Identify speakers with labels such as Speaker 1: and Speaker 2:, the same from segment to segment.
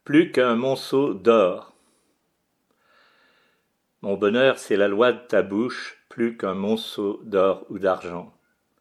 Speaker 1: Plus qu'un monceau d'or. Mon bonheur, c'est la loi de ta bouche, plus qu'un monceau d'or ou d'argent.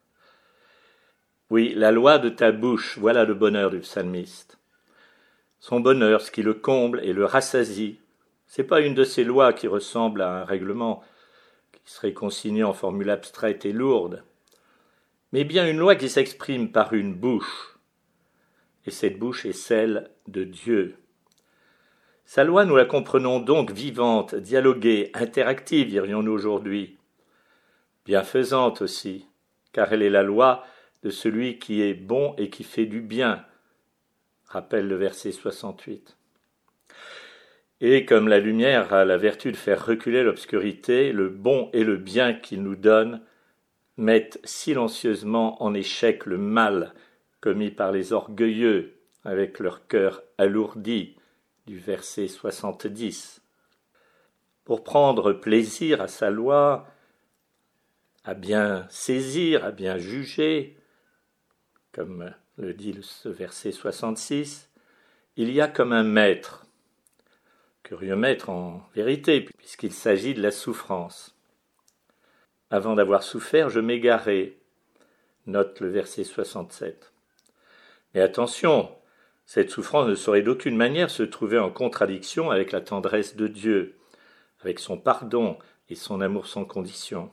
Speaker 1: Oui, la loi de ta bouche, voilà le bonheur du psalmiste. Son bonheur, ce qui le comble et le rassasie, c'est pas une de ces lois qui ressemble à un règlement qui serait consigné en formule abstraite et lourde, mais bien une loi qui s'exprime par une bouche, et cette bouche est celle de Dieu. Sa loi, nous la comprenons donc vivante, dialoguée, interactive, dirions-nous aujourd'hui. Bienfaisante aussi, car elle est la loi de celui qui est bon et qui fait du bien, rappelle le verset 68. Et comme la lumière a la vertu de faire reculer l'obscurité, le bon et le bien qu'il nous donne mettent silencieusement en échec le mal commis par les orgueilleux avec leur cœur alourdi, du verset 70. Pour prendre plaisir à sa loi, à bien saisir, à bien juger, comme le dit ce verset 66, il y a comme un maître, curieux maître en vérité, puisqu'il s'agit de la souffrance. Avant d'avoir souffert, je m'égarais, note le verset 67. Mais attention, cette souffrance ne saurait d'aucune manière se trouver en contradiction avec la tendresse de Dieu, avec son pardon et son amour sans condition.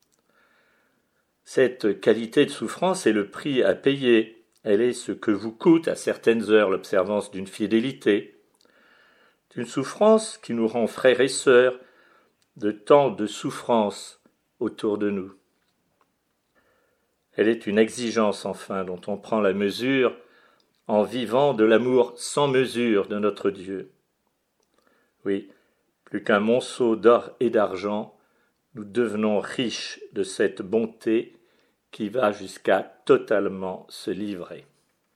Speaker 1: Cette qualité de souffrance est le prix à payer. Elle est ce que vous coûte à certaines heures l'observance d'une fidélité, d'une souffrance qui nous rend frères et sœurs de tant de souffrances autour de nous. Elle est une exigence enfin dont on prend la mesure en vivant de l'amour sans mesure de notre Dieu. Oui, plus qu'un monceau d'or et d'argent, nous devenons riches de cette bonté qui va jusqu'à totalement se livrer.